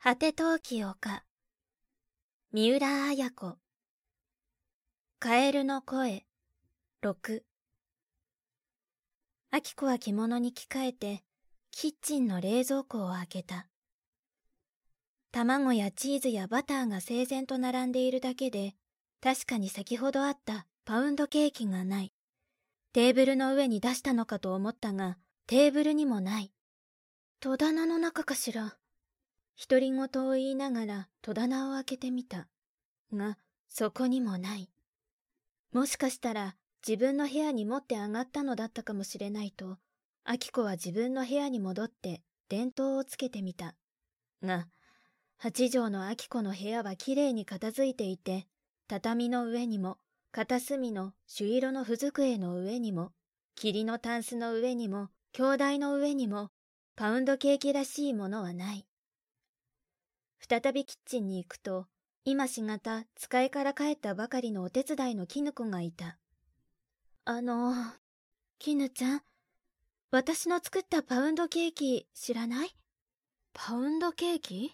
果て陶器丘、三浦綾子。カエルの声、6。明子は着物に着替えて、キッチンの冷蔵庫を開けた。卵やチーズやバターが整然と並んでいるだけで、確かに先ほどあったパウンドケーキがない。テーブルの上に出したのかと思ったが、テーブルにもない。戸棚の中かしら。独り言を言いながら戸棚を開けてみた。が、そこにもない。もしかしたら自分の部屋に持って上がったのだったかもしれないと、明子は自分の部屋に戻って電灯をつけてみた。が、8畳の明子の部屋はきれいに片付いていて、畳の上にも、片隅の朱色のふ机の上にも、霧のタンスの上にも、鏡台の上にも、パウンドケーキらしいものはない。再びキッチンに行くと、今しがた使いから帰ったばかりのお手伝いの絹子がいた。絹ちゃん、私の作ったパウンドケーキ知らない？ パウンドケーキ？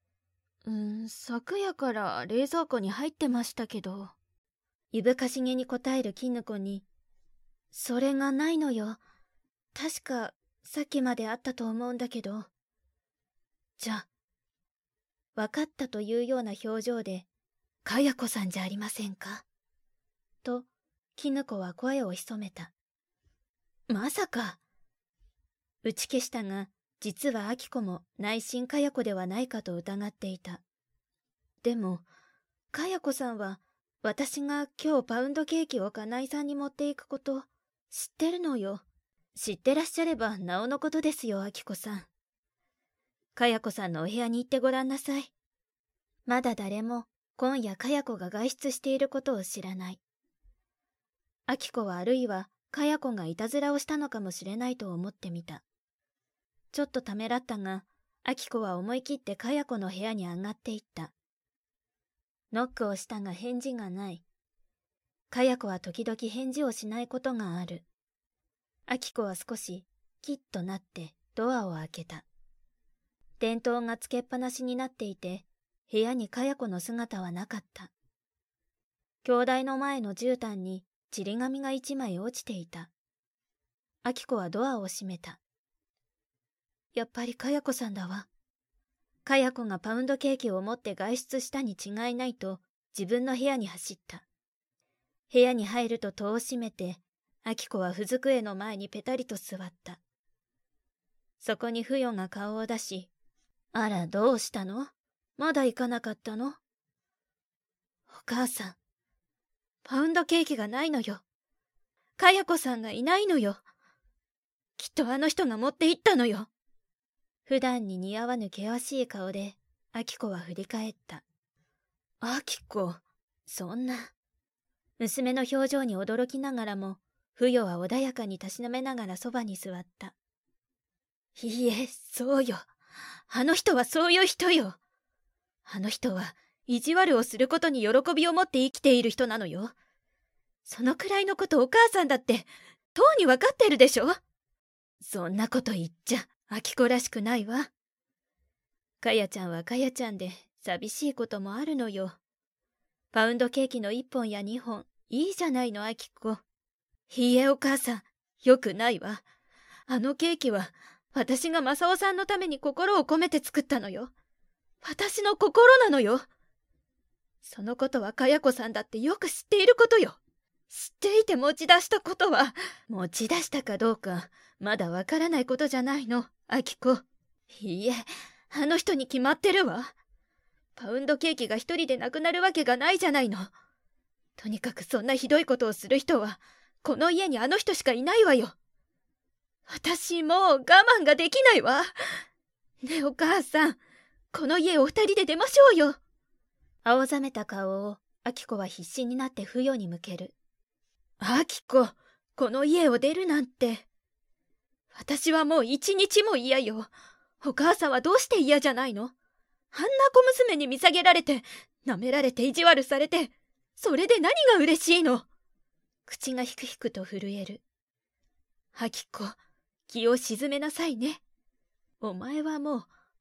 昨夜から冷蔵庫に入ってましたけど。 いぶかしげに答える絹子に、それがないのよ。確かさっきまであったと思うんだけど。じゃ、わかったというような表情で、かや子さんじゃありませんかと、絹子は声を潜めた。まさか。打ち消したが、実は明子も内心かや子ではないかと疑っていた。でも、かや子さんは、私が今日パウンドケーキを金井さんに持っていくこと、知ってるのよ。知ってらっしゃればなおのことですよ、明子さん。かや子さんのお部屋に行ってごらんなさい。まだ誰も今夜かや子が外出していることを知らない。明子はあるいはかや子がいたずらをしたのかもしれないと思ってみた。ちょっとためらったが、明子は思い切ってかや子の部屋に上がっていった。ノックをしたが返事がない。かや子は時々返事をしないことがある。明子は少しキッとなってドアを開けた。電灯がつけっぱなしになっていて、部屋にかや子の姿はなかった。鏡台の前の絨毯にちり紙が一枚落ちていた。明子はドアを閉めた。やっぱりかや子さんだわ。かや子がパウンドケーキを持って外出したに違いないと自分の部屋に走った。部屋に入ると戸を閉めて、明子はふ机の前にペタリと座った。そこにふよが顔を出し、あらどうしたの？まだ行かなかったの？お母さん、パウンドケーキがないのよ。かや子さんがいないのよ。きっとあの人が持って行ったのよ。普段に似合わぬ険しい顔で、明子は振り返った。明子、そんな。娘の表情に驚きながらも、ふよは穏やかにたしなめながらそばに座った。いいえ、そうよ。あの人はそういう人よ。あの人は意地悪をすることに喜びを持って生きている人なのよ。そのくらいのことお母さんだって、とうにわかってるでしょ？そんなこと言っちゃ、明子らしくないわ。かやちゃんはかやちゃんで寂しいこともあるのよ。パウンドケーキの1本や2本、いいじゃないの、明子。いいえ、お母さん、よくないわ。あのケーキは、私が正雄さんのために心を込めて作ったのよ。私の心なのよ。そのことはかや子さんだってよく知っていることよ。知っていて持ち出したことは、持ち出したかどうか、まだわからないことじゃないの、明子。いいえ、あの人に決まってるわ。パウンドケーキが一人でなくなるわけがないじゃないの。とにかくそんなひどいことをする人は、この家にあの人しかいないわよ。私もう我慢ができないわ。ねえお母さん、この家を二人で出ましょうよ。青ざめた顔を明子は必死になってふよに向ける。明子、この家を出るなんて。私はもう一日も嫌よ。お母さんはどうして嫌じゃないの？あんな小娘に見下げられて、舐められて意地悪されて、それで何が嬉しいの？口がひくひくと震える。明子、気を沈めなさいね。お前はもう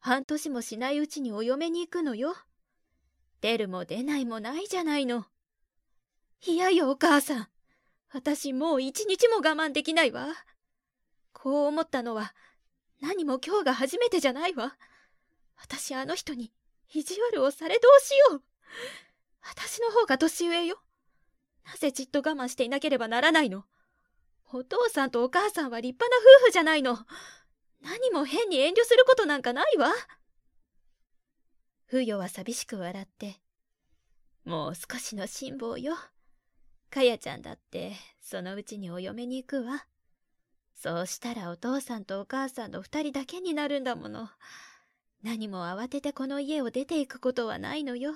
半年もしないうちにお嫁に行くのよ。出るも出ないもないじゃないの。いやよ、お母さん。私もう一日も我慢できないわ。こう思ったのは、何も今日が初めてじゃないわ。私あの人に意地悪をされどうしよう。私の方が年上よ。なぜじっと我慢していなければならないの。お父さんとお母さんは立派な夫婦じゃないの。何も変に遠慮することなんかないわ。不与は寂しく笑って、もう少しの辛抱よ。かやちゃんだってそのうちにお嫁に行くわ。そうしたらお父さんとお母さんの2人だけになるんだもの。何も慌ててこの家を出ていくことはないのよ。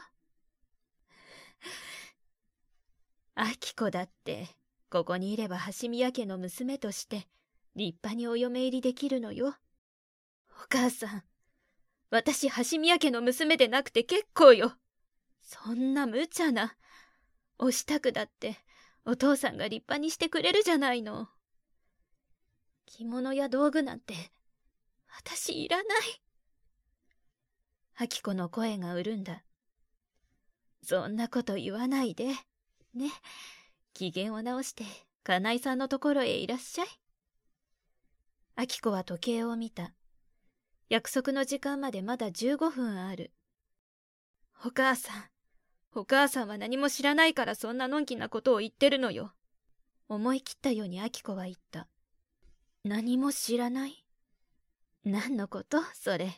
あきこだってここにいれば橋宮家の娘として立派にお嫁入りできるのよ。お母さん、私橋宮家の娘でなくて結構よ。そんな無茶な。お支度だってお父さんが立派にしてくれるじゃないの。着物や道具なんて私いらない。あきこの声が潤んだ。そんなこと言わないで。ね、機嫌を直して金井さんのところへいらっしゃい。あきこは時計を見た。約束の時間までまだ15分ある。お母さんは何も知らないからそんなのんきなことを言ってるのよ。思い切ったようにあきこは言った。何も知らない？何のこと？それ。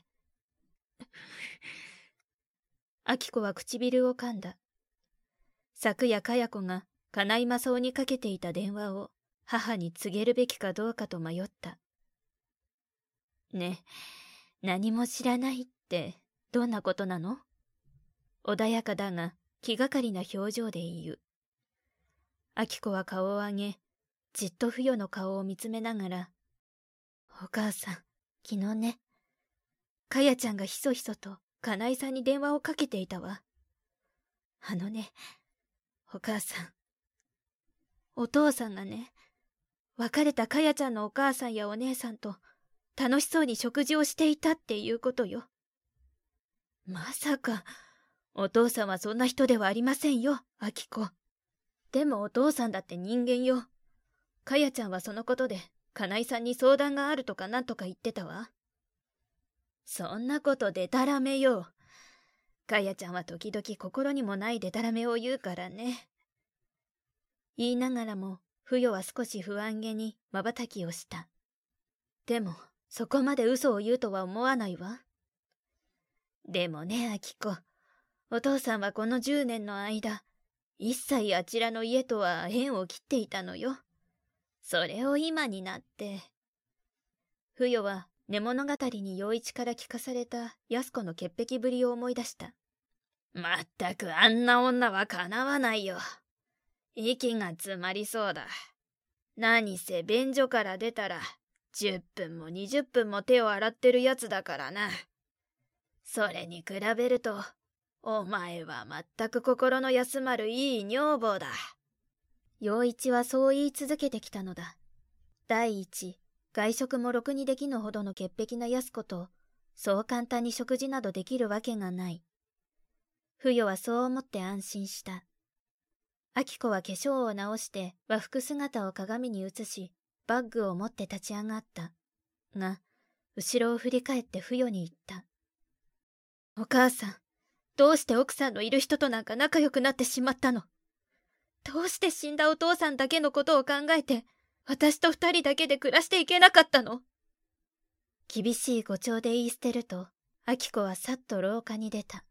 あきこは唇を噛んだ。昨夜かや子が金井正夫にかけていた電話を母に告げるべきかどうかと迷った。ねえ、何も知らないってどんなことなの？穏やかだが気がかりな表情で言う。あきこは顔を上げ、じっと不与の顔を見つめながら、お母さん、昨日ね、かやちゃんがひそひそと金井さんに電話をかけていたわ。あのね、お母さん、お父さんがね、別れたかやちゃんのお母さんやお姉さんと楽しそうに食事をしていたっていうことよ。まさか、お父さんはそんな人ではありませんよ、あきこ。でもお父さんだって人間よ。かやちゃんはそのことで金井さんに相談があるとかなんとか言ってたわ。そんなことでたらめよ。かやちゃんは時々心にもないでたらめを言うからね。言いながらも不与は少し不安げに瞬きをした。でもそこまで嘘を言うとは思わないわ。でもね、あきこ、お父さんはこの10年の間一切あちらの家とは縁を切っていたのよ。それを今になって。不与は寝物語に陽一から聞かされた安子の潔癖ぶりを思い出した。まったくあんな女はかなわないよ。息が詰まりそうだ。何せ便所から出たら10分も20分も手を洗ってるやつだからな。それに比べるとお前は全く心の休まるいい女房だ。陽一はそう言い続けてきたのだ。第一、外食もろくにできぬほどの潔癖な安子とそう簡単に食事などできるわけがない。不与はそう思って安心した。あきこは化粧を直して和服姿を鏡に映し、バッグを持って立ち上がった。が、後ろを振り返って不与に言った。お母さん、どうして奥さんのいる人となんか仲良くなってしまったの？どうして死んだお父さんだけのことを考えて、私と2人だけで暮らしていけなかったの？厳しい語調で言い捨てると、あきこはさっと廊下に出た。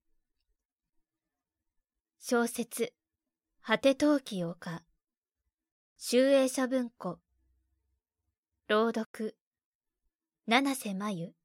小説、果て陶器丘。集英社文庫。朗読、七瀬真由。